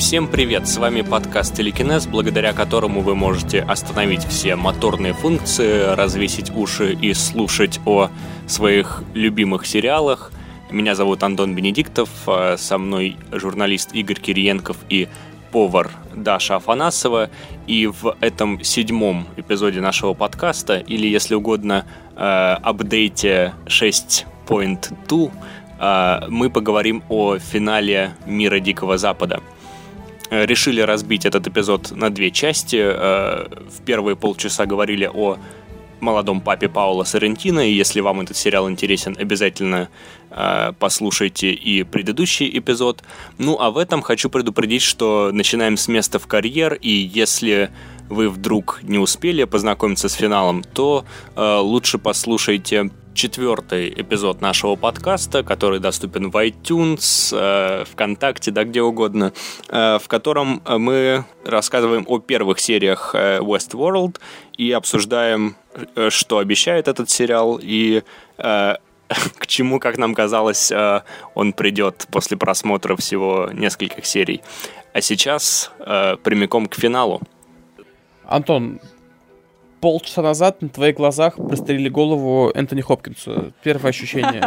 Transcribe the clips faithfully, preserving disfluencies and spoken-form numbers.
Всем привет, с вами подкаст Телекинез, благодаря которому вы можете остановить все моторные функции, развесить уши и слушать о своих любимых сериалах. Меня зовут Антон Бенедиктов, со мной журналист Игорь Кириенков и повар Даша Афанасова. И в этом седьмом эпизоде нашего подкаста, или, если угодно, апдейте шесть точка два, мы поговорим о финале «Мира Дикого Запада». Решили разбить этот эпизод на две части. В первые полчаса говорили о молодом папе Паоло Соррентино, и если вам этот сериал интересен, обязательно послушайте и предыдущий эпизод. Ну, а в этом хочу предупредить, что начинаем с места в карьер, и если вы вдруг не успели познакомиться с финалом, то лучше послушайте четвертый эпизод нашего подкаста, который доступен в iTunes, э, ВКонтакте, да где угодно, э, в котором мы рассказываем о первых сериях э, Westworld и обсуждаем, э, что обещает этот сериал и э, к чему, как нам казалось, э, он придет после просмотра всего нескольких серий. А сейчас э, прямиком к финалу. Антон, полчаса назад на твоих глазах прострелили голову Энтони Хопкинсу. Первое ощущение.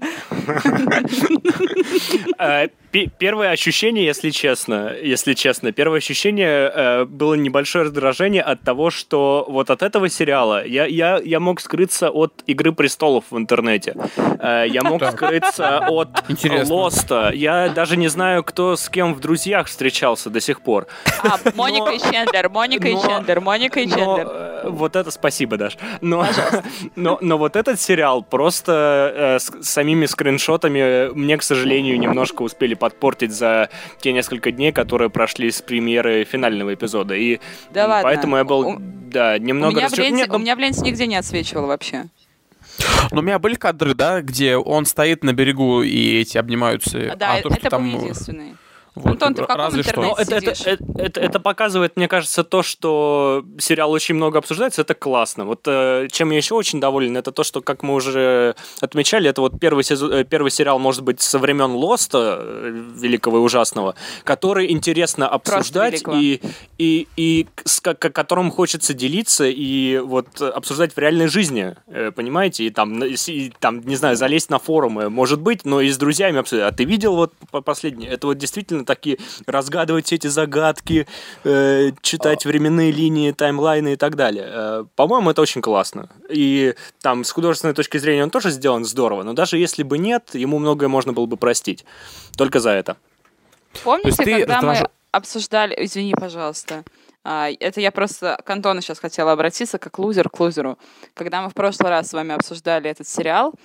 Первое ощущение, если честно, если честно, первое ощущение было небольшое раздражение от того, что вот от этого сериала я, я, я мог скрыться от «Игры престолов» в интернете. Я мог скрыться от «Лоста». Я даже не знаю, кто с кем в «Друзьях» встречался до сих пор. А, Моника и Чендлер, Моника и Чендлер, Моника и Чендлер. Вот это спасибо, Даш. Но, но, но вот этот сериал просто э, с самими скриншотами мне, к сожалению, немножко успели подпортить за те несколько дней, которые прошли с премьеры финального эпизода. И да ладно. Поэтому я был, у, да, немного... У меня, расчет... в ленте, Нет, ну... у меня в ленте нигде не отсвечивало вообще. Но у меня были кадры, да, где он стоит на берегу и эти обнимаются. Да, а то, это был там... единственный. Вот, Антон, ты в каком интернете это, сидишь? Это, это, это, это показывает, мне кажется, то, что сериал очень много обсуждается, это классно. Вот э, чем я еще очень доволен, это то, что, как мы уже отмечали, это вот первый, сезон, первый сериал, может быть, со времен Лоста, великого и ужасного, который интересно обсуждать и, и, и с к, к которым хочется делиться и вот обсуждать в реальной жизни, понимаете? И там, и, там, не знаю, залезть на форумы, может быть, но и с друзьями обсуждать. А ты видел вот последнее? Это вот действительно такие, разгадывать эти загадки, э, читать а... временные линии, таймлайны и так далее. Э, по-моему, это очень классно. И там с художественной точки зрения он тоже сделан здорово, но даже если бы нет, ему многое можно было бы простить. Только за это. Помните, ты когда раздражен... мы обсуждали... Извини, пожалуйста. Это я просто к Антону сейчас хотела обратиться, как лузер к лузеру. Когда мы в прошлый раз с вами обсуждали этот сериал,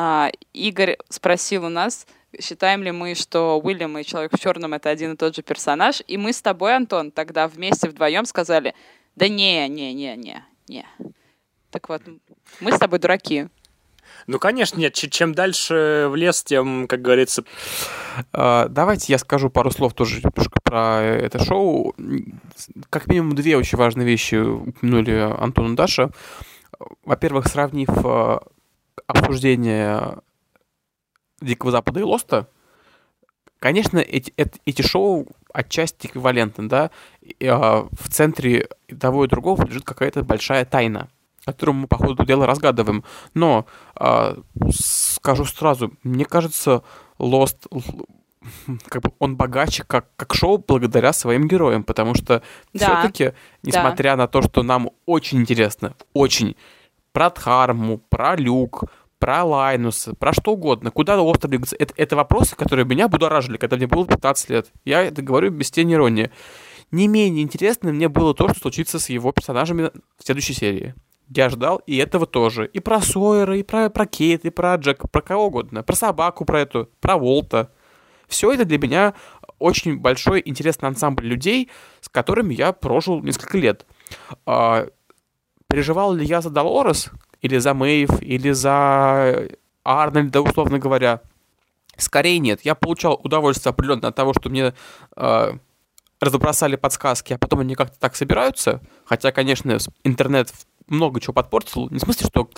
Игорь спросил у нас, считаем ли мы, что Уильям и Человек в черном — это один и тот же персонаж, и мы с тобой, Антон, тогда вместе вдвоем сказали, да не, не, не, не, не. Так вот, мы с тобой дураки. Ну, конечно, нет. Чем дальше в лес, тем, как говорится... Давайте я скажу пару слов тоже про это шоу. Как минимум две очень важные вещи упомянули Антон и Даша. Во-первых, сравнив обсуждение Дикого Запада и Лоста, конечно, эти, эти, эти шоу отчасти эквивалентны, да, и, а, в центре того и другого лежит какая-то большая тайна, которую мы по ходу дела разгадываем. Но а, скажу сразу, мне кажется, Lost, как бы он богаче как, как шоу благодаря своим героям, потому что да, все-таки, несмотря да. на то, что нам очень интересно, очень про Дхарму, про Люк, про Лайнуса, про что угодно. Куда остров двигаться? Это, это вопросы, которые меня будоражили, когда мне было пятнадцать лет. Я это говорю без тени иронии. Не менее интересно мне было то, что случится с его персонажами в следующей серии. Я ждал и этого тоже. И про Сойера, и про, про Кейт, и про Джека, про кого угодно. Про собаку, про эту, про Волта. Все это для меня очень большой интересный ансамбль людей, с которыми я прожил несколько лет. А, переживал ли я за Долорес? Или за Мэйв, или за Арнольда, условно говоря. Скорее нет. Я получал удовольствие определенно от того, что мне э, разбросали подсказки, а потом они как-то так собираются. Хотя, конечно, интернет много чего подпортил. Не в смысле, что там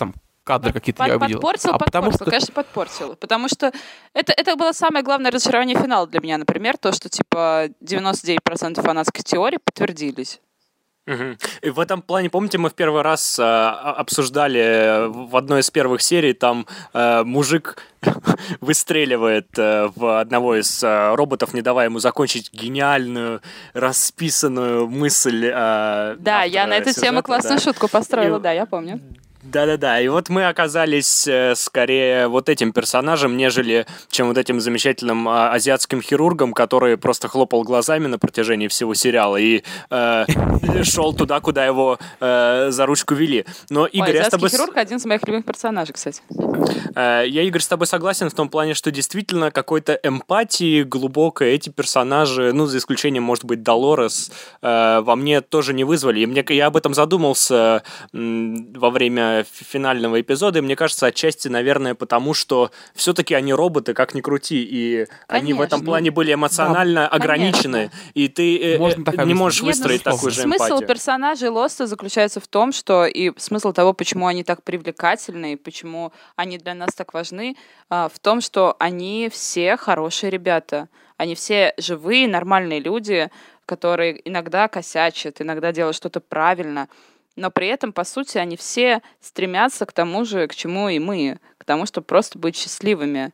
кадры какие-то я увидел. Подпортил, а подпортил, потому что... конечно, подпортил. Потому что это, это было самое главное разочарование финала для меня, например, то, что, типа, девяносто девять процентов фанатских теорий подтвердились. Угу. И в этом плане, помните, мы в первый раз э, обсуждали в одной из первых серий, там э, мужик выстреливает э, в одного из э, роботов, не давая ему закончить гениальную, расписанную мысль. Э, да, я на эту сюжета, тему классную да. шутку построила, И... да, я помню. Да-да-да, и вот мы оказались э, скорее вот этим персонажем, нежели чем вот этим замечательным э, азиатским хирургом, который просто хлопал глазами на протяжении всего сериала и э, шел туда, куда его э, за ручку вели. Но, Игорь, Ой, я с тобой... хирург — один из моих любимых персонажей, кстати. Э, я, Игорь, с тобой согласен в том плане, что действительно какой-то эмпатии глубокой эти персонажи, ну, за исключением, может быть, Долорес, э, во мне тоже не вызвали. И мне, я об этом задумался м, во время финального эпизода, и мне кажется, отчасти, наверное, потому что все-таки они роботы, как ни крути, и конечно. Они в этом плане были эмоционально да, ограничены, конечно. И ты э, не можешь Нет, выстроить ну, такую же смысл эмпатию. Смысл персонажей Лоста заключается в том, что и смысл того, почему они так привлекательны, и почему они для нас так важны, в том, что они все хорошие ребята. Они все живые, нормальные люди, которые иногда косячат, иногда делают что-то правильно, но при этом, по сути, они все стремятся к тому же, к чему и мы, к тому, чтобы просто быть счастливыми.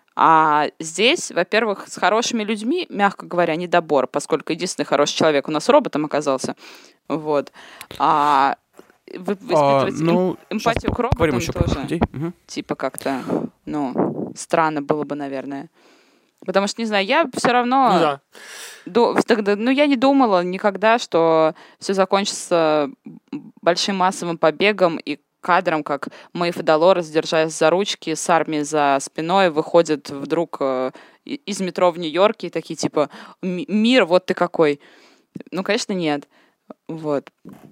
А здесь, во-первых, с хорошими людьми, мягко говоря, недобор, поскольку единственный хороший человек у нас роботом оказался. Вот. А воспитывать а, ну, эмпатию к роботам тоже, угу. типа как-то, ну, странно было бы, наверное. Потому что, не знаю, я все равно... Ну, да. До, тогда, ну, я не думала никогда, что все закончится большим массовым побегом и кадром, как Мэйв и Долорес, держась за ручки, с армией за спиной, выходят вдруг э, из метро в Нью-Йорке и такие, типа, мир, вот ты какой. Ну, конечно, нет. Вот.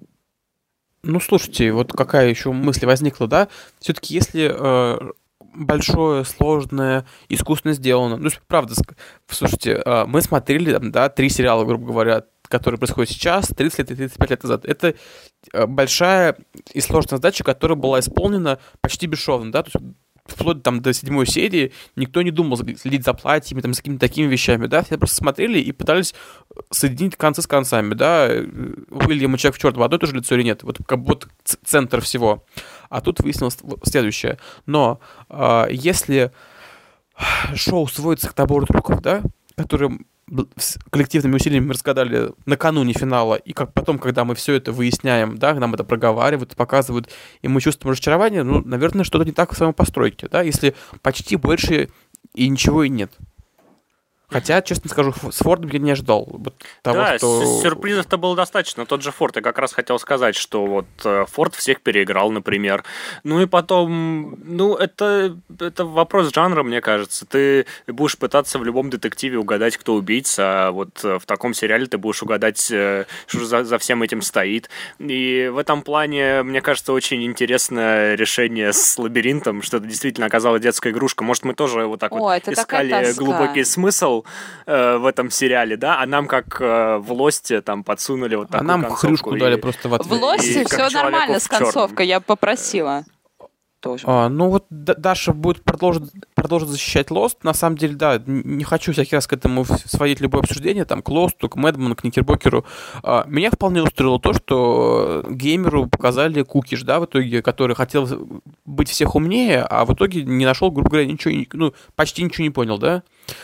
Ну, слушайте, вот какая еще мысль возникла, да? Все-таки если... Э... большое, сложное, искусственно сделано. Ну, правда, слушайте, мы смотрели, да, три сериала, грубо говоря, которые происходят сейчас, тридцать лет и тридцать пять лет назад. Это большая и сложная задача, которая была исполнена почти бесшовно, да, то есть вплоть там, до седьмой серии никто не думал следить за платьями, там, за какими-то такими вещами, да, все просто смотрели и пытались соединить концы с концами, да, Уильям и Человек в черном, одно и то же лицо или нет, вот как будто центр всего. А тут выяснилось следующее. Но э, если шоу сводится к набору трюков, да, которые коллективными усилиями мы разгадали накануне финала, и как потом, когда мы все это выясняем, да, нам это проговаривают, показывают, и мы чувствуем разочарование, ну, наверное, что-то не так в самой постройке, да, если почти больше и ничего и нет. Хотя, честно скажу, с Фордом я не ожидал вот того, да, что... сюрпризов-то было достаточно. Тот же Форд, я как раз хотел сказать, что вот Форд всех переиграл, например. Ну и потом, ну это, это вопрос жанра, мне кажется. Ты будешь пытаться в любом детективе угадать, кто убийца, а вот в таком сериале ты будешь угадать, что за, за всем этим стоит. И в этом плане, мне кажется, очень интересное решение с лабиринтом, что это действительно оказалась детская игрушка. Может, мы тоже вот так О, вот искали глубокий смысл э, в этом сериале, да, а нам как э, в Лосте там подсунули вот такую концовку. А нам концовку хрюшку и... дали просто в ответ. В Лосте все нормально с концовкой, я попросила. Тоже. А, ну вот Даша будет продолжить, продолжить защищать Лост. На самом деле, да, не хочу всякий раз к этому сводить любое обсуждение, там, к Лосту, к Мэдману, к Никербокеру. А, меня вполне устроило то, что геймеру показали Кукиш, да, в итоге, который хотел быть всех умнее, а в итоге не нашел, грубо говоря, ничего, ну, почти ничего не понял, да,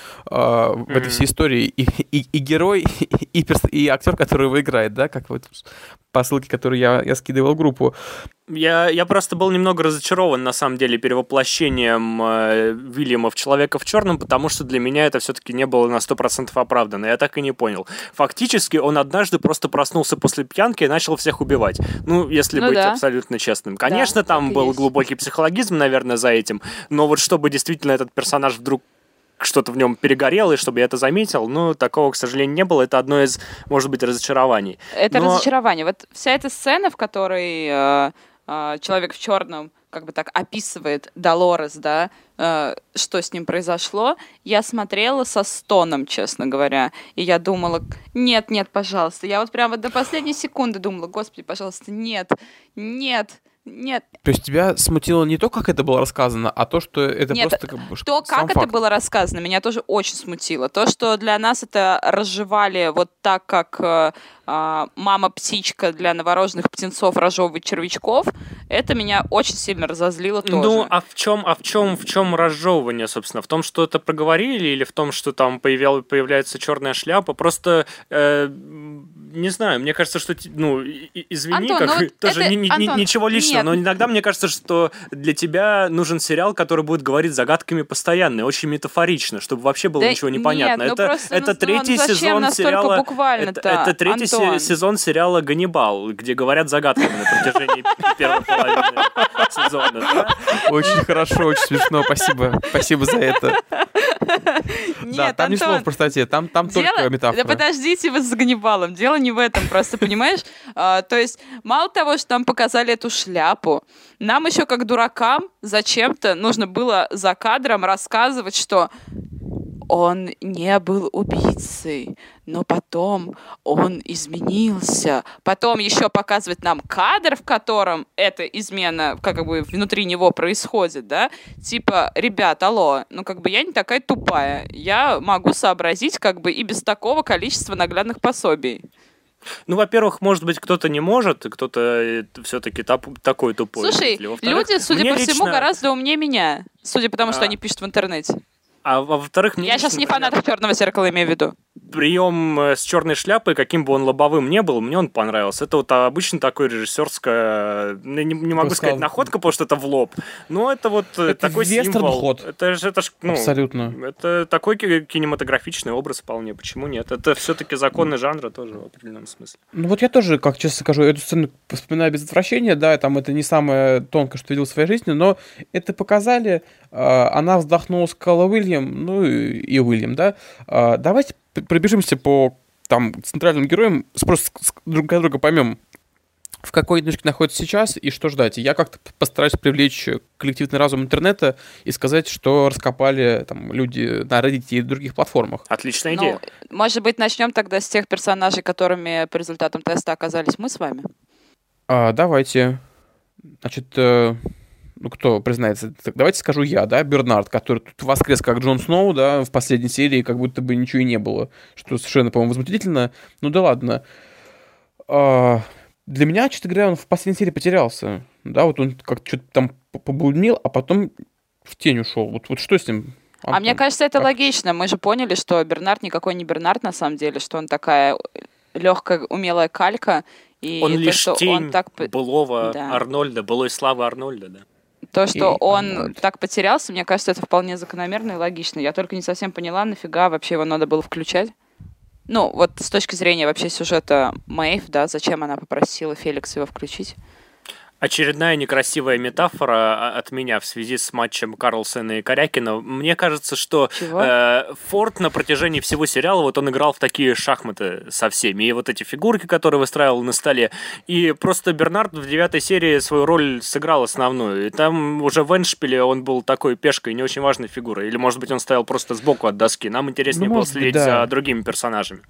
а, в mm-hmm. этой всей истории. И, и, и герой, и, перс- и актер, который его играет, да, как вот по ссылке, которую я, я скидывал в группу. Я, я просто был немного разочарован, на самом деле, перевоплощением э, Уильяма в Человека в черном, потому что для меня это все-таки не было на сто процентов оправдано. Я так и не понял. Фактически он однажды просто проснулся после пьянки и начал всех убивать. Ну, если ну, быть да. абсолютно честным. Конечно, да, там был есть. глубокий психологизм, наверное, за этим, но вот чтобы действительно этот персонаж вдруг что-то в нем перегорело, и чтобы я это заметил, ну, такого, к сожалению, не было. Это одно из, может быть, разочарований. Это но... разочарование. Вот вся эта сцена, в которой э, э, Человек в черном как бы так описывает Долорес, да, э, что с ним произошло, я смотрела со стоном, честно говоря. И я думала, нет, нет, пожалуйста. Я вот прямо до последней секунды думала, господи, пожалуйста, нет, нет, Нет. То есть тебя смутило не то, как это было рассказано, а то, что это Нет, просто как бы то, сам как это факт. было рассказано, меня тоже очень смутило. То, что для нас это разжевали вот так, как э, э, мама-птичка для новорожденных птенцов разжевывает червячков, это меня очень сильно разозлило тоже. Ну, а в чем, а в чем, в чем разжевывание, собственно? В том, что это проговорили, или в том, что там появлял, появляется черная шляпа? Просто э, не знаю, мне кажется, что, ну, извини, Антон, как ну вот тоже это- ни- ни- Антон, ничего личного, нет. но иногда мне кажется, что для тебя нужен сериал, который будет говорить загадками постоянно, и очень метафорично, чтобы вообще было Да ничего не понятно. нет, ну это просто, это ну, третий ну зачем сезон настолько сериала. буквально-то, это, это третий се- Антон? сезон сериала «Ганнибал», где говорят загадками на протяжении первой половины сезона. Да? Очень хорошо, очень смешно, спасибо. Спасибо за это. Нет, Да, там ни Антон, слова в простоте, там, там Дело- только метафора. Да подождите вы с Ганнибалом. Дело не в этом, просто, понимаешь? А, то есть, мало того, что нам показали эту шляпу, нам еще как дуракам зачем-то нужно было за кадром рассказывать, что он не был убийцей, но потом он изменился. Потом еще показывать нам кадр, в котором эта измена как бы внутри него происходит, да? Типа, ребят, алло, ну как бы я не такая тупая. Я могу сообразить как бы и без такого количества наглядных пособий. Ну, во-первых, может быть, кто-то не может, и кто-то все-таки такой тупой. Слушай, видите ли. Во-вторых, люди, судя мне по всему, лично- гораздо умнее меня. Судя по тому, что А. они пишут в интернете. А во-вторых, мне Я лично, сейчас не например, фанат «Черного зеркала», имею в виду. прием э, с черной шляпой, каким бы он лобовым не был, мне он понравился. Это вот обычно такой режиссерская, не, не могу бы сказать сказал, находка, потому что это в лоб, но это вот э, Это такой символ. вестерн-ход. Это же, это ж, ну, Абсолютно. это такой ки- кинематографичный образ вполне. Почему нет? Это все-таки законы жанра тоже в определенном смысле. Ну вот я тоже, как честно скажу, эту сцену вспоминаю без отвращения, да, там это не самое тонкое, что видел в своей жизни, но это показали, э, она вздохнула, сказала Уильям, ну и, и Уильям, да. Э, давайте п- пробежимся по там центральным героям, с- просто с- с- друг от друга поймем, в какой точке находится сейчас и что ждать. И я как-то постараюсь привлечь коллективный разум интернета и сказать, что раскопали там люди на Reddit и других платформах. Отличная Ну, идея. может быть, начнем тогда с тех персонажей, которыми по результатам теста оказались мы с вами? А, давайте. Значит, э, ну кто признается? Так, давайте скажу я, да, Бернард, который тут воскрес как Джон Сноу, да, в последней серии, как будто бы ничего и не было, что совершенно, по-моему, возмутительно. Ну да ладно. А, для меня, честно говоря, он в последней серии потерялся. Да, вот он как что-то там п- побуднил, а потом в тень ушел. Вот, вот что с ним? А мне Антон? кажется, это как? логично. Мы же поняли, что Бернард никакой не Бернард на самом деле, что он такая легкая, умелая калька. И Он то, лишь что тень он так... по- былого Да. Арнольда, былой славы Арнольда, да. То, что И он Арнольд. так потерялся, мне кажется, это вполне закономерно и логично. Я только не совсем поняла, нафига вообще его надо было включать. Ну, вот с точки зрения вообще сюжета Мэйв, да, зачем она попросила Феликса его включить? Очередная некрасивая метафора от меня в связи с матчем Карлсона и Корякина. Мне кажется, что Чего? э, Форд на протяжении всего сериала, вот он играл в такие шахматы со всеми. И вот эти фигурки, которые выстраивал на столе. И просто Бернард в девятой серии свою роль сыграл основную. И там уже в эндшпиле он был такой пешкой, не очень важной фигурой. Или, может быть, он стоял просто сбоку от доски. Нам интереснее Ну, было может быть, следить да. за другими персонажами.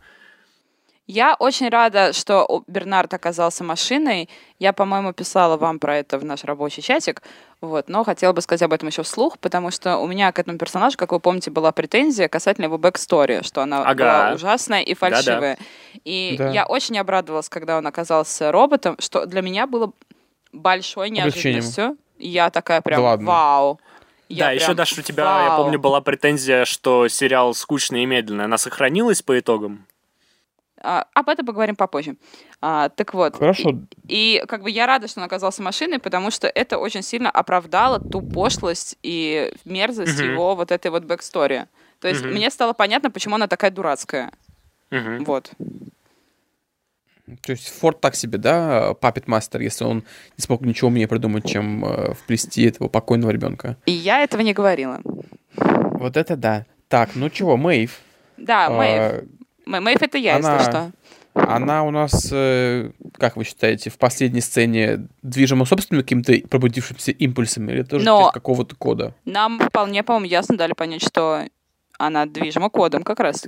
Я очень рада, что у- Бернард оказался машиной. Я, по-моему, писала вам про это в наш рабочий чатик, вот, но хотела бы сказать об этом еще вслух, потому что у меня к этому персонажу, как вы помните, была претензия касательно его бэкстори, что она Ага. была ужасная и фальшивая. И Да. я очень обрадовалась, когда он оказался роботом, что для меня было большой Облегчением. неожиданностью. И я такая прям, Да ладно. вау. Я да, еще прям, даже у тебя, я вау. помню, была претензия, что сериал скучный и медленный. Она сохранилась по итогам? А, об этом поговорим попозже. А, так вот. Хорошо. И, и как бы я рада, что он оказался машиной, потому что это очень сильно оправдало ту пошлость и мерзость Мгм. его вот этой вот бэкстори. То есть Мгм. мне стало понятно, почему она такая дурацкая. Мгм. Вот. То есть Форд так себе, да, папет мастер, если он не смог ничего умнее придумать, чем э, вплести этого покойного ребенка. И я этого не говорила. Вот это да. Так, ну чего, Мэйв? Да, А, Мэйв. Мэ- Мэйв это я, она- если что. Она у нас, э, как вы считаете, в последней сцене движима собственными какими-то пробудившимися импульсами или тоже Но- через какого-то кода? Нам вполне, по-моему, ясно дали понять, что она движима кодом как раз-таки.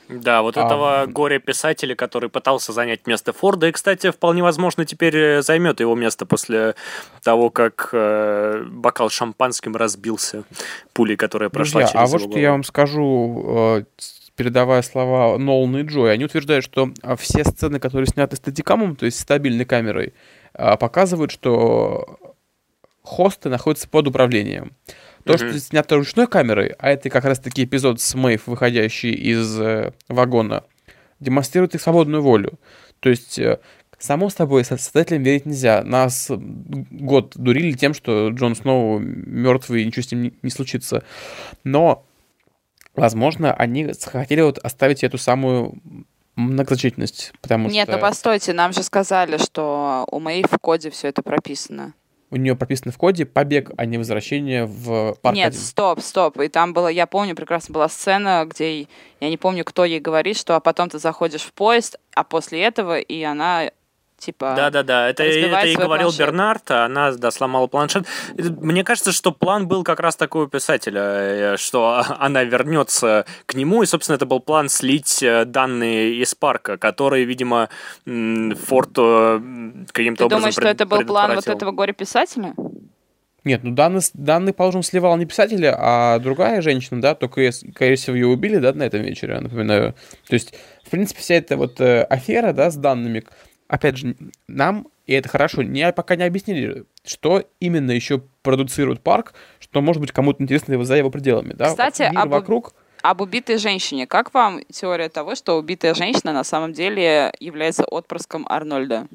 Да, вот А, этого горе-писателя, который пытался занять место Форда, и, кстати, вполне возможно, теперь займет его место после того, как э, бокал шампанским разбился пулей, которая прошла Друзья, через а вот его что я голову. вам скажу, э, с- передавая слова Нолана и Джой. Они утверждают, что а, все сцены, которые сняты стадикамом, то есть стабильной камерой, а, показывают, что хосты находятся под управлением. То, Мгм. что снято ручной камерой, а это как раз-таки эпизод с Мэйв, выходящий из э, вагона, демонстрирует их свободную волю. То есть, э, само собой, со- создателям верить нельзя. Нас м, год дурили тем, что Джон Сноу мертвый, и ничего с ним не, не случится. Но, возможно, они хотели вот оставить эту самую многозначительность, потому Нет, ну что постойте, нам же сказали, что у моей в коде все это прописано. у нее прописано в коде побег, а не возвращение в парк Нет, один. стоп, стоп. И там было, я помню, прекрасно была сцена, где ей- я не помню, кто ей говорит, что а потом ты заходишь в поезд, а после этого и она типа Да-да-да, это, это разбивает и свой говорил планшет. Бернард, а она, да, сломала планшет. Это- Мне кажется, что план был как раз такой у писателя, э, что она вернется к нему, и, собственно, это был план слить э, данные из парка, которые, видимо, м, Форд э, м, каким-то Ты образом думаешь, что пред- это был план вот предотвратил. этого горе-писателя? Нет, ну данные, с- данные, положим, сливал не писатель, а другая женщина, да, только, ес- скорее всего, ее убили, да, на этом вечере, я напоминаю. То есть, в принципе, вся эта вот э, афера, да, с данными, опять же, нам, и это хорошо, не, пока не объяснили, что именно еще продуцирует парк, что может быть кому-то интересно за его пределами, да. Кстати, Мир об- вокруг... Об убитой женщине. Как вам теория того, что убитая женщина на самом деле является отпрыском Арнольда?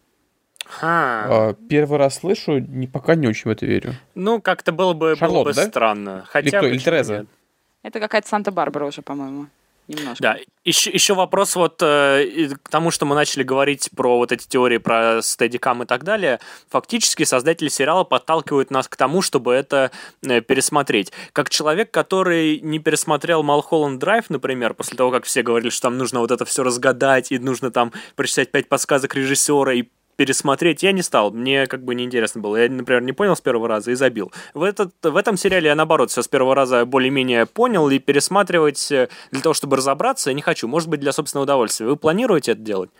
Ха. э, первый раз слышу, не, пока не очень в это верю. Ну, как-то было бы, было Шарлотта, бы да? странно. Хотя, Или кто, или почему Тереза? нет? Это какая-то Санта-Барбара уже, по-моему. Немножко. Да, еще, еще вопрос вот э, и к тому, что мы начали говорить про вот эти теории про стедикам и так далее. Фактически создатели сериала подталкивают нас к тому, чтобы это э, пересмотреть. Как человек, который не пересмотрел Малхолланд Драйв, например, после того, как все говорили, что там нужно вот это все разгадать, и нужно там прочитать пять подсказок режиссера и пересмотреть, я не стал. Мне как бы неинтересно было. Я, например, не понял с первого раза и забил. В, этот, в этом сериале я, наоборот, все с первого раза более-менее понял, и пересматривать э, для того, чтобы разобраться, я не хочу. Может быть, для собственного удовольствия. Вы планируете это делать?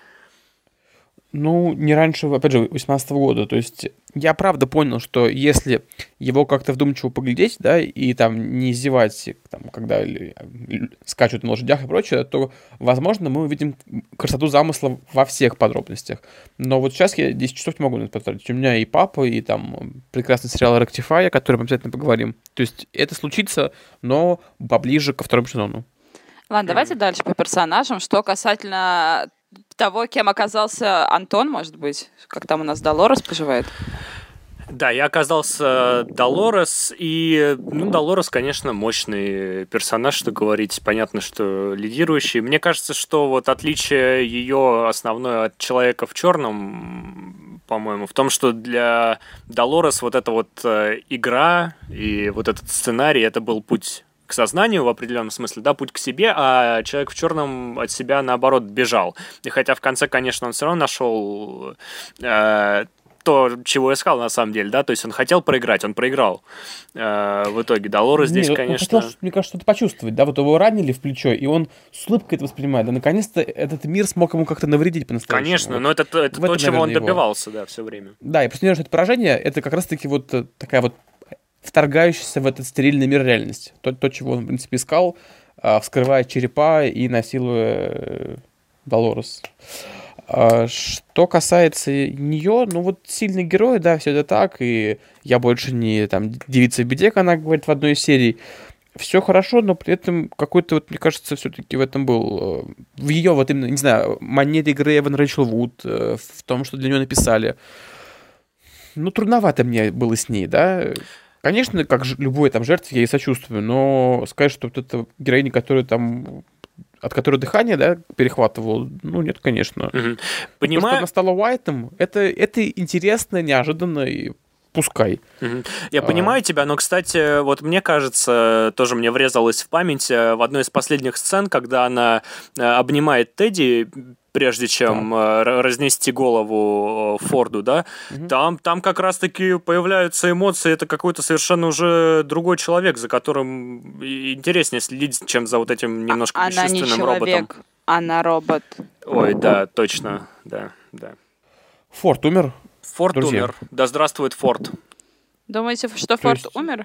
Ну, не раньше, опять же, восемнадцатого года. То есть я правда понял, что если его как-то вдумчиво поглядеть, да, и там не зевать, там, когда ли- ли- скачут на лошадях и прочее, то, возможно, мы увидим красоту замысла во всех подробностях. Но вот сейчас я десять часов не могу на это потратить. У меня и папа, и там прекрасный сериал «Rectify», о котором мы обязательно поговорим. То есть это случится, но поближе ко второму сезону. Ладно, давайте дальше по персонажам. Что касательно того, кем оказался Антон, может быть, как там у нас Долорес поживает. Да, я оказался Долорес, и, ну, Долорес, конечно, мощный персонаж, что говорить. Понятно, что лидирующий. Мне кажется, что вот отличие ее основное от Человека в черном, по-моему, в том, что для Долорес вот эта вот э, игра и вот этот сценарий, это был путь к сознанию в определенном смысле, да, путь к себе, а Человек в черном от себя, наоборот, бежал. И хотя в конце, конечно, он все равно нашел э, то, чего искал на самом деле, да, то есть он хотел проиграть, он проиграл. Э, в итоге Долорес здесь, Не, он конечно... хотел, мне кажется, что-то почувствовать, да, вот его ранили в плечо, и он с улыбкой это воспринимает, да, наконец-то этот мир смог ему как-то навредить по-настоящему. Конечно, Вот. но это, это в то, этом, чего он наверное, его. добивался, да, все время. Да, и просто мне кажется, это поражение, это как раз-таки вот э, такая вот вторгающаяся в этот стерильный мир реальность. То, то чего он, в принципе, искал, а, вскрывая черепа и насилуя э, Долорес. А, что касается нее, ну вот сильный герой, да, все это так, и я больше не там девица в беде, как она говорит в одной из серий. Все хорошо, но при этом какой-то, вот, мне кажется, все-таки в этом был... э, В ее вот именно, не знаю, манере игры Эван Рэйчел Вуд, э, в том, что для нее написали. Ну, трудновато мне было с ней, да. Конечно, как же любой там жертве я ей сочувствую, но сказать, что вот эта героиня, которая там... от которой дыхание, да, перехватывало, ну, нет, конечно. Мгм. То, что Понимаю... она стала Уайтом, это, это интересно, неожиданно, и пускай. Мгм. Я А. понимаю тебя, но, кстати, вот мне кажется, тоже мне врезалось в память э, в одной из последних сцен, когда она э, обнимает Тедди прежде чем э, разнести голову э, Форду, да, угу. там, там как раз-таки появляются эмоции, это какой-то совершенно уже другой человек, за которым интереснее следить, чем за вот этим немножко а, бесчувственным она не человек, роботом. Она робот. Ой, да, точно, да, да. Форд умер? Форд Друзья. умер. Да здравствует Форд. Думаете, что То Форд есть... умер?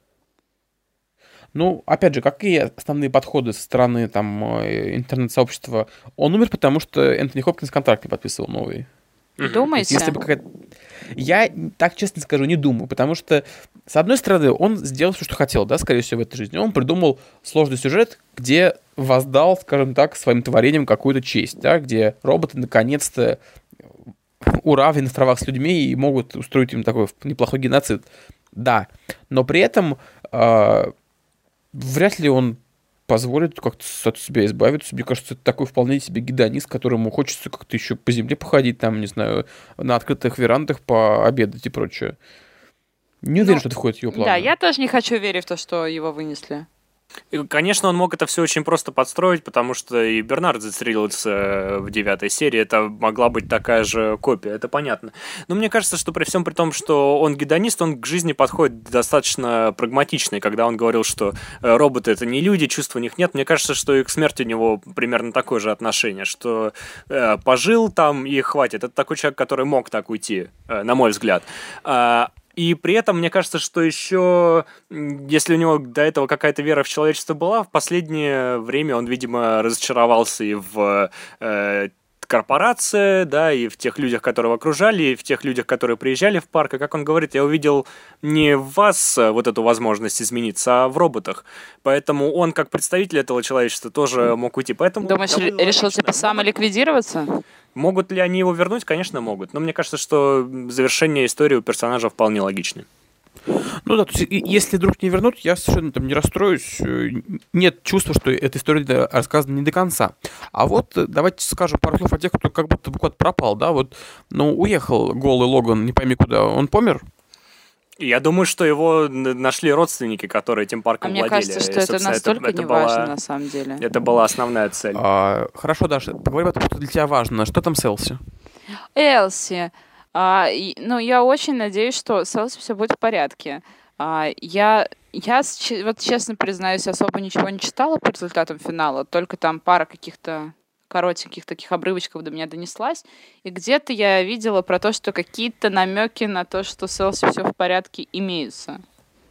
Ну, опять же, какие основные подходы со стороны там интернет-сообщества? Он умер, потому что Энтони Хопкинс контракт не подписывал новый. Думаете? Если бы какая-то... Я, так честно скажу, не думаю, потому что, с одной стороны, он сделал все, что хотел, да, скорее всего, в этой жизни. Он придумал сложный сюжет, где воздал, скажем так, своим творением какую-то честь, да, где роботы наконец-то уравнены в правах с людьми и могут устроить им такой неплохой геноцид. Да, но при этом э, вряд ли он позволит как-то от себя избавиться. Мне кажется, это такой вполне себе гедонист, которому хочется как-то еще по земле походить, там, не знаю, на открытых верандах пообедать и прочее. Не уверен, ну, что это входит в его планы. Да, я тоже не хочу верить в то, что его вынесли. И, конечно, он мог это все очень просто подстроить, потому что и Бернард застрелился в девятой серии, это могла быть такая же копия, это понятно. Но мне кажется, что при всем при том, что он гедонист, он к жизни подходит достаточно прагматично, и когда он говорил, что роботы — это не люди, чувств у них нет, мне кажется, что и к смерти у него примерно такое же отношение, что э, пожил там и хватит. Это такой человек, который мог так уйти, э, на мой взгляд. И при этом, мне кажется, что еще, если у него до этого какая-то вера в человечество была, в последнее время он, видимо, разочаровался и в э, корпорации, да, и в тех людях, которые его окружали, и в тех людях, которые приезжали в парк. И, как он говорит, я увидел не в вас вот эту возможность измениться, а в роботах. Поэтому он, как представитель этого человечества, тоже мог уйти. Поэтому думаешь, решил типа самоликвидироваться? Могут ли они его вернуть? Конечно, могут. Но мне кажется, что завершение истории у персонажа вполне логичное. Ну да, то есть если вдруг не вернут, я совершенно там не расстроюсь. Нет чувства, что эта история рассказана не до конца. А вот давайте скажем пару слов о тех, кто как будто бы куда-то пропал, да, вот, ну, уехал голый Логан, не пойми куда, он помер? Я думаю, что его нашли родственники, которые этим парком а мне владели. Кажется, что это настолько это, это неважно, была, на самом деле. Это была основная цель. А, хорошо, Даша, поговорим о том, что для тебя важно. Что там с Элси? Элси. А, и, ну, я очень надеюсь, что с Элси все будет в порядке. А, я, я, вот честно признаюсь, особо ничего не читала по результатам финала, только там пара каких-то коротеньких таких обрывочков до меня донеслась. И где-то я видела про то, что какие-то намеки на то, что с Элси все в порядке, имеются.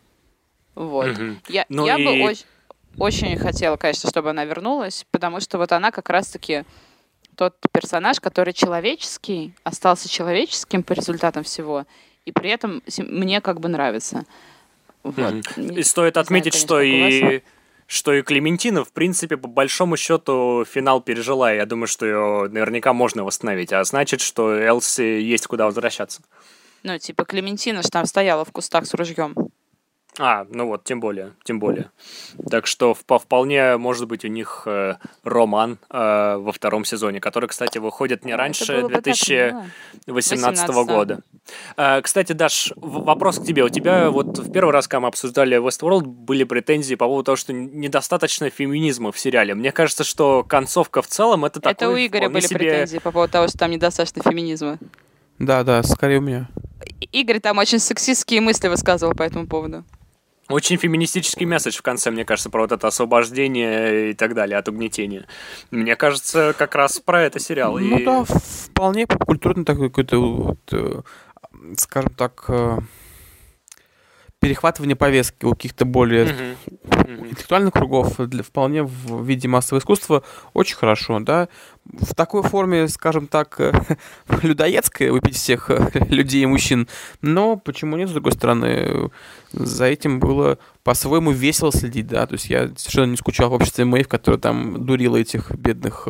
Вот. Mm-hmm. Я, ну я и... бы очень, очень хотела, конечно, чтобы она вернулась, потому что вот она как раз-таки тот персонаж, который человеческий, остался человеческим по результатам всего, и при этом мне как бы нравится. Вот. Mm-hmm. И стоит отметить, знаю, конечно, что и... что и Клементина, в принципе, по большому счету, финал пережила. Я думаю, что ее наверняка можно восстановить. А значит, что Элси есть куда возвращаться. Ну, типа Клементина же там стояла в кустах с ружьем. А, ну вот, тем более, тем более. Так что вполне может быть у них э, роман э, во втором сезоне, который, кстати, выходит не раньше две тысячи восемнадцатого года. Э, кстати, Даш, вопрос к тебе. У тебя вот в первый раз, когда мы обсуждали Westworld, были претензии по поводу того, что недостаточно феминизма в сериале. Мне кажется, что концовка в целом это такой... Это у Игоря были себе... претензии по поводу того, что там недостаточно феминизма. Да, да, скорее у меня. Игорь там очень сексистские мысли высказывал по этому поводу. Очень феминистический месседж в конце, мне кажется, про вот это освобождение и так далее от угнетения. Мне кажется, как раз про это сериал. Ну и... да, вполне попкультурный такой какой-то, вот, скажем так, перехватывание повестки у каких-то более uh-huh. Uh-huh. интеллектуальных кругов для, вполне в виде массового искусства очень хорошо, да. В такой форме, скажем так, людоедской, выпить всех людей и мужчин, но почему нет, с другой стороны, за этим было по-своему весело следить, да, то есть я совершенно не скучал в обществе Мэйв, которая там дурила этих бедных...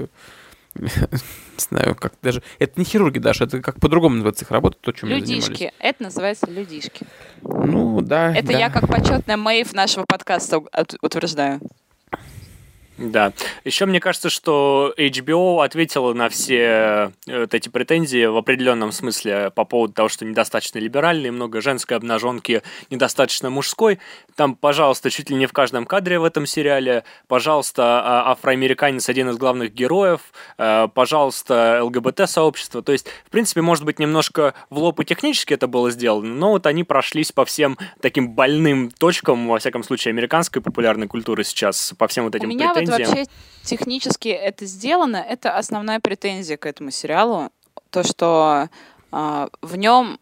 не знаю, как даже... Это не хирурги даже, это как по-другому называется их работа, то, чем мы занимались. Людишки. Это называется людишки. Ну, да. Это да. я как почетная Мэйв нашего подкаста утверждаю. Да. Еще мне кажется, что эйч би о ответила на все вот эти претензии в определенном смысле по поводу того, что недостаточно либеральный, много женской обнаженки, недостаточно мужской. Там, пожалуйста, чуть ли не в каждом кадре в этом сериале, пожалуйста, афроамериканец один из главных героев, пожалуйста, эл гэ бэ тэ-сообщество. То есть, в принципе, может быть, немножко в лоб и технически это было сделано, но вот они прошлись по всем таким больным точкам, во всяком случае, американской популярной культуры сейчас, по всем вот этим претензиям. Вот вообще технически это сделано, это основная претензия к этому сериалу. То, что э, в нем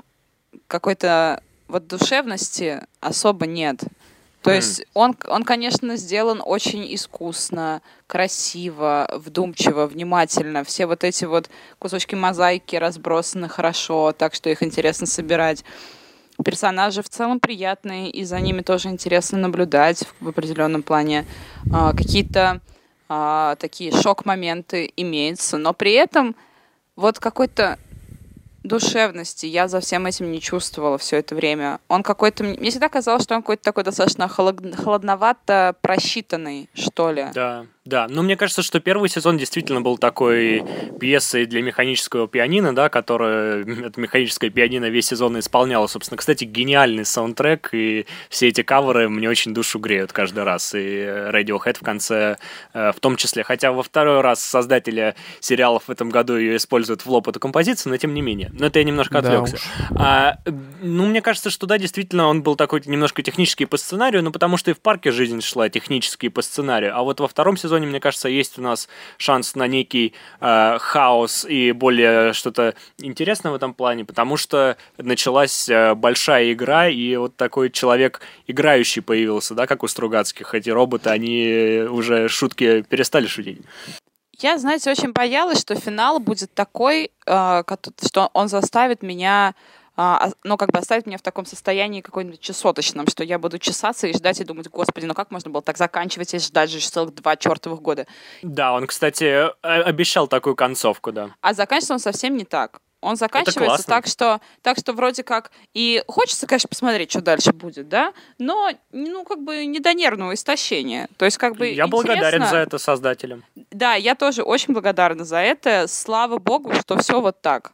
какой-то вот душевности особо нет. То mm. есть он, он, конечно, сделан очень искусно, красиво, вдумчиво, внимательно. Все вот эти вот кусочки мозаики разбросаны хорошо, так что их интересно собирать. Персонажи в целом приятные, и за ними тоже интересно наблюдать в определенном плане. А, какие-то а, такие шок-моменты имеются, но при этом вот какой-то душевности я за всем этим не чувствовала все это время. Он какой-то... Мне всегда казалось, что он какой-то такой достаточно холод... холодновато просчитанный, что ли. Да. Да, но мне кажется, что первый сезон действительно был такой пьесой для механического пианино, да, которая, это механическое пианино весь сезон исполняло, собственно. Кстати, гениальный саундтрек, и все эти каверы мне очень душу греют каждый раз, и Radiohead в конце в том числе. Хотя во второй раз создатели сериалов в этом году ее используют в лоб, эту композицию, но тем не менее. Но это я немножко отвлекся. Да а, ну, мне кажется, что да, действительно, он был такой немножко технический по сценарию, но потому что и в парке жизнь шла технически по сценарию, а вот во втором сезоне мне кажется, есть у нас шанс на некий э, хаос и более что-то интересное в этом плане, потому что началась э, большая игра, и вот такой человек играющий появился, да, как у Стругацких. Эти роботы, они уже шутки перестали шутить. Я, знаете, очень боялась, что финал будет такой, э, что он заставит меня... ну, как бы оставить меня в таком состоянии какой-нибудь чесоточном, что я буду чесаться и ждать, и думать, господи, ну как можно было так заканчивать и ждать же целых два чертовых года. Да, он, кстати, обещал такую концовку, да. А заканчивается он совсем не так. Он заканчивается так, что, так, что вроде как и хочется, конечно, посмотреть, что дальше будет, да, но, ну, как бы не до нервного истощения. То есть, как бы Я интересно... благодарен за это создателям. Да, я тоже очень благодарна за это. Слава богу, что все вот так.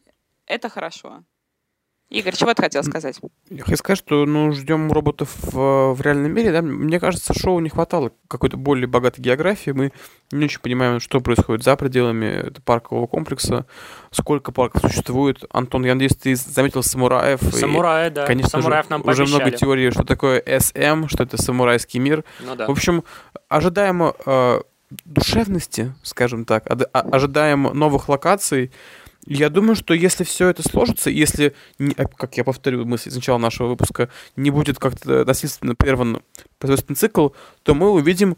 Это хорошо. Игорь, чего ты хотел сказать? Я хочу сказать, что ну, ждем роботов в, в реальном мире. Да? Мне кажется, шоу не хватало какой-то более богатой географии. Мы не очень понимаем, что происходит за пределами паркового комплекса, сколько парков существует. Антон, я надеюсь, ты заметил самураев. Самураи, и, да. Конечно, самураев уже, нам уже много теорий, что такое эс эм, что это самурайский мир. Ну, да. В общем, ожидаем э, душевности, скажем так, ожидаем новых локаций. Я думаю, что если все это сложится, если, как я повторю мысль с начала нашего выпуска, не будет как-то насильственно прерван производственный цикл, то мы увидим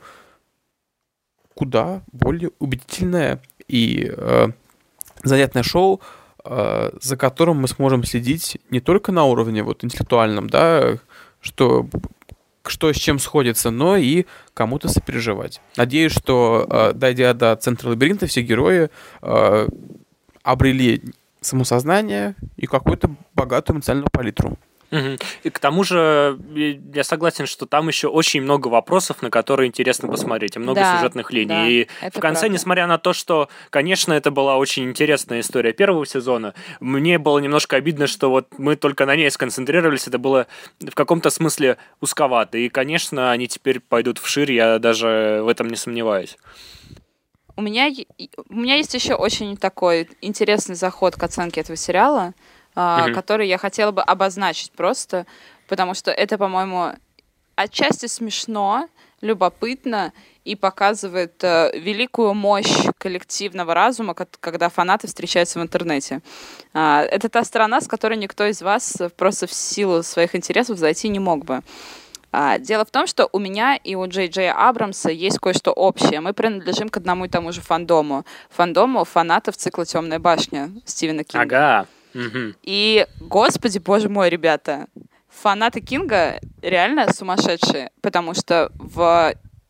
куда более убедительное и э, занятное шоу, э, за которым мы сможем следить не только на уровне вот, интеллектуальном, да, что, что с чем сходится, но и кому-то сопереживать. Надеюсь, что, э, дойдя до центра лабиринта, все герои э, обрели самосознание и какую-то богатую эмоциональную палитру. Угу. И к тому же я согласен, что там еще очень много вопросов, на которые интересно посмотреть, и много да, сюжетных линий. Да, и в конце, правда. Несмотря на то, что, конечно, это была очень интересная история первого сезона, мне было немножко обидно, что вот мы только на ней сконцентрировались, это было в каком-то смысле узковато. И, конечно, они теперь пойдут вширь, я даже в этом не сомневаюсь. У меня, у меня есть еще очень такой интересный заход к оценке этого сериала, Uh-huh. который я хотела бы обозначить просто, потому что это, по-моему, отчасти смешно, любопытно и показывает э, великую мощь коллективного разума, когда фанаты встречаются в интернете. Э, это та сторона, с которой никто из вас просто в силу своих интересов зайти не мог бы. Э, дело в том, что у меня и у Джей Джей Абрамса есть кое-что общее. Мы принадлежим к одному и тому же фандому. Фандому фанатов цикла «Темная башня» Стивена Кинга. Ага. Угу. И, господи, боже мой, ребята, фанаты Кинга реально сумасшедшие, потому что в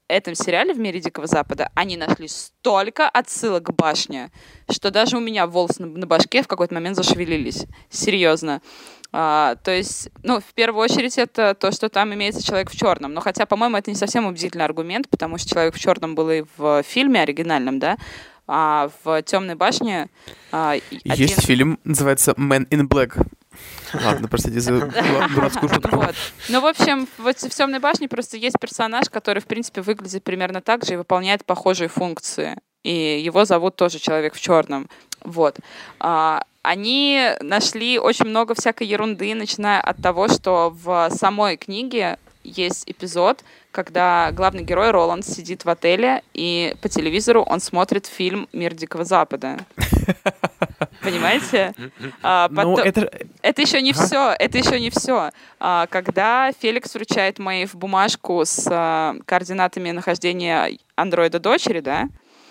этом сериале «В мире Дикого Запада» они нашли столько отсылок к башне, что даже у меня волосы на, на башке в какой-то момент зашевелились. Серьезно. А, то есть, ну, в первую очередь, это то, что там имеется человек в черном. Но хотя, по-моему, это не совсем убедительный аргумент, потому что человек в черном был и в фильме оригинальном, да, а в «Темной башне» а, есть один... фильм, называется «Man in Black». Ладно, простите за дурацкую шутку. Вот. Ну, в общем, вот в «Темной башне» просто есть персонаж, который, в принципе, выглядит примерно так же и выполняет похожие функции. И его зовут тоже человек в черном. Вот. А, они нашли очень много всякой ерунды, начиная от того, что в самой книге есть эпизод, когда главный герой Роланд сидит в отеле, и по телевизору он смотрит фильм «Мир Дикого Запада». Понимаете? А, потом... это... это еще не а? все. Это еще не все. А, когда Феликс вручает Мэйв бумажку с а, координатами нахождения андроида-дочери, да,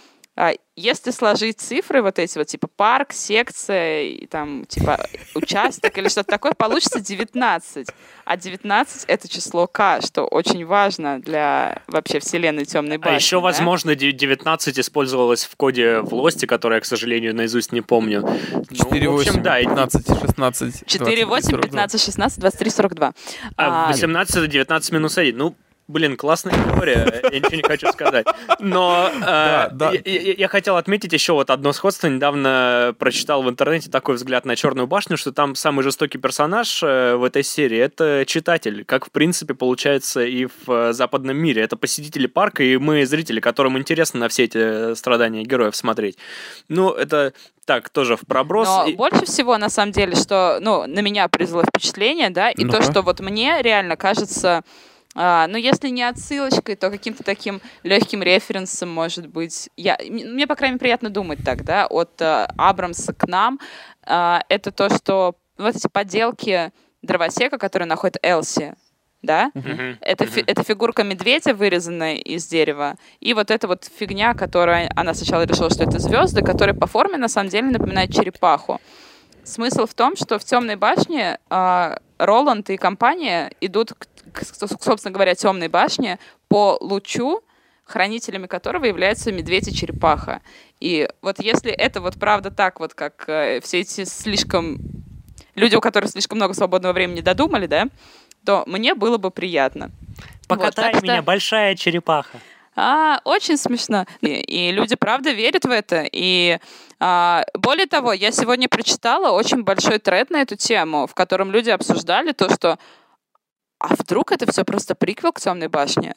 а, если сложить цифры вот эти вот, типа парк, секция, и, там, типа участок или что-то такое, получится девятнадцать. А девятнадцать — это число К, что очень важно для вообще вселенной «Темной башни». А еще, да? возможно, девятнадцать использовалось в коде в Лосте, который я, к сожалению, наизусть не помню. четыре восемь, да, пятнадцать, шестнадцать, четыре восемь, пятнадцать, шестнадцать, двадцать три, сорок два. А, восемнадцать, девятнадцать минус один. Ну, блин, классная теория, я ничего не хочу сказать. Но э, да, да. Я, я, я хотел отметить еще вот одно сходство. Недавно прочитал в интернете такой взгляд на «Черную башню», что там самый жестокий персонаж э, в этой серии — это читатель, как, в принципе, получается и в э, западном мире. Это посетители парка, и мы, зрители, которым интересно на все эти страдания героев смотреть. Ну, это... Так, тоже в проброс. Но и... больше всего, на самом деле, что, ну, на меня произвело впечатление, да, и ну-ка. То, что вот мне реально кажется... А, ну, если не отсылочкой, то каким-то таким легким референсом, может быть. Я, мне, по крайней мере, приятно думать так, да, от а, Абрамса к нам. А, это то, что вот эти поделки дровосека, которые находит Элси, да, uh-huh. это, uh-huh. Фи, это фигурка медведя, вырезанная из дерева, и вот эта вот фигня, которая она сначала решила, что это звезды, которые по форме, на самом деле, напоминают черепаху. Смысл в том, что в «Темной башне» а, Роланд и компания идут к К, собственно говоря, «Темной башне» по лучу, хранителями которого являются медведь и черепаха. И вот если это вот правда так, вот как э, все эти слишком... люди, у которых слишком много свободного времени додумали, да, то мне было бы приятно. Покатай вот, меня, что... большая черепаха. А, очень смешно. И, и люди правда верят в это. И а, более того, я сегодня прочитала очень большой тред на эту тему, в котором люди обсуждали то, что а вдруг это все просто приквел к «Темной башне»?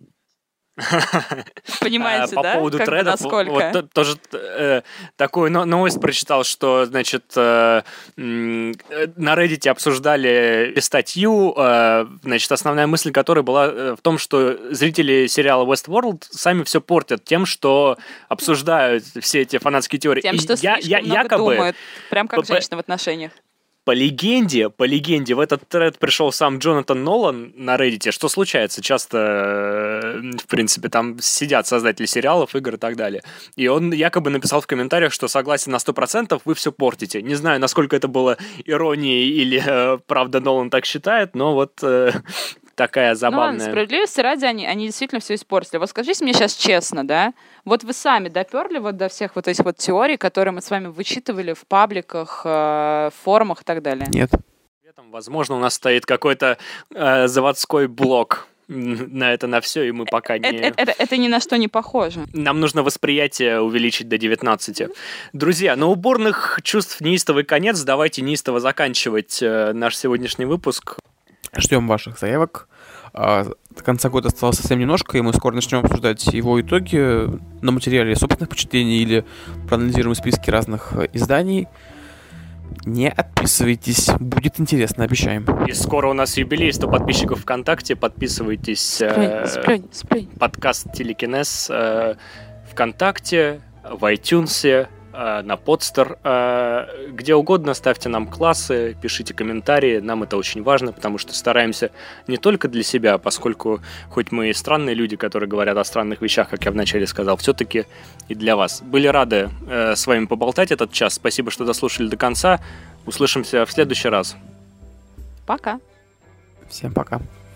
Понимаете, По да? По поводу как трендов, насколько? Вот, вот, тоже э, такую новость прочитал, что, значит, э, э, на Reddit обсуждали статью, э, значит, основная мысль которой была в том, что зрители сериала Westworld сами все портят тем, что обсуждают все эти фанатские теории. Тем, И что я, слишком я, много якобы, думают, прям как по, женщина в отношениях. По легенде, по легенде, в этот тред пришел сам Джонатан Нолан на Reddit. Что случается? Часто, в принципе, там сидят создатели сериалов, игр и так далее. И он якобы написал в комментариях, что согласен на сто процентов, вы все портите. Не знаю, насколько это было иронией или э, правда Нолан так считает, но вот... Э, такая забавная. Ну ладно, справедливости ради, они, они действительно все испортили. Вот скажите мне сейчас честно, да, вот вы сами доперли вот до всех вот этих вот теорий, которые мы с вами вычитывали в пабликах, э, форумах и так далее? Нет. Возможно, у нас стоит какой-то э, заводской блок на это, на все, и мы пока не... Это, это, это ни на что не похоже. Нам нужно восприятие увеличить до девятнадцати. Друзья, на уборных чувств неистовый конец. Давайте неистово заканчивать э, наш сегодняшний выпуск. Ждем ваших заявок. До конца года осталось совсем немножко, и мы скоро начнем обсуждать его итоги на материале собственных впечатлений или проанализируем списки разных изданий. Не отписывайтесь, будет интересно, обещаем. И скоро у нас юбилей, сто подписчиков ВКонтакте. Подписывайтесь. Сплюнь, сплюнь, сплюнь. Подкаст Телекинез э, ВКонтакте, в iTunes, на Подстер, где угодно, ставьте нам классы, пишите комментарии, нам это очень важно, потому что стараемся не только для себя, поскольку хоть мы и странные люди, которые говорят о странных вещах, как я вначале сказал, все-таки и для вас. Были рады э, с вами поболтать этот час, спасибо, что дослушали до конца, услышимся в следующий раз. Пока. Всем пока.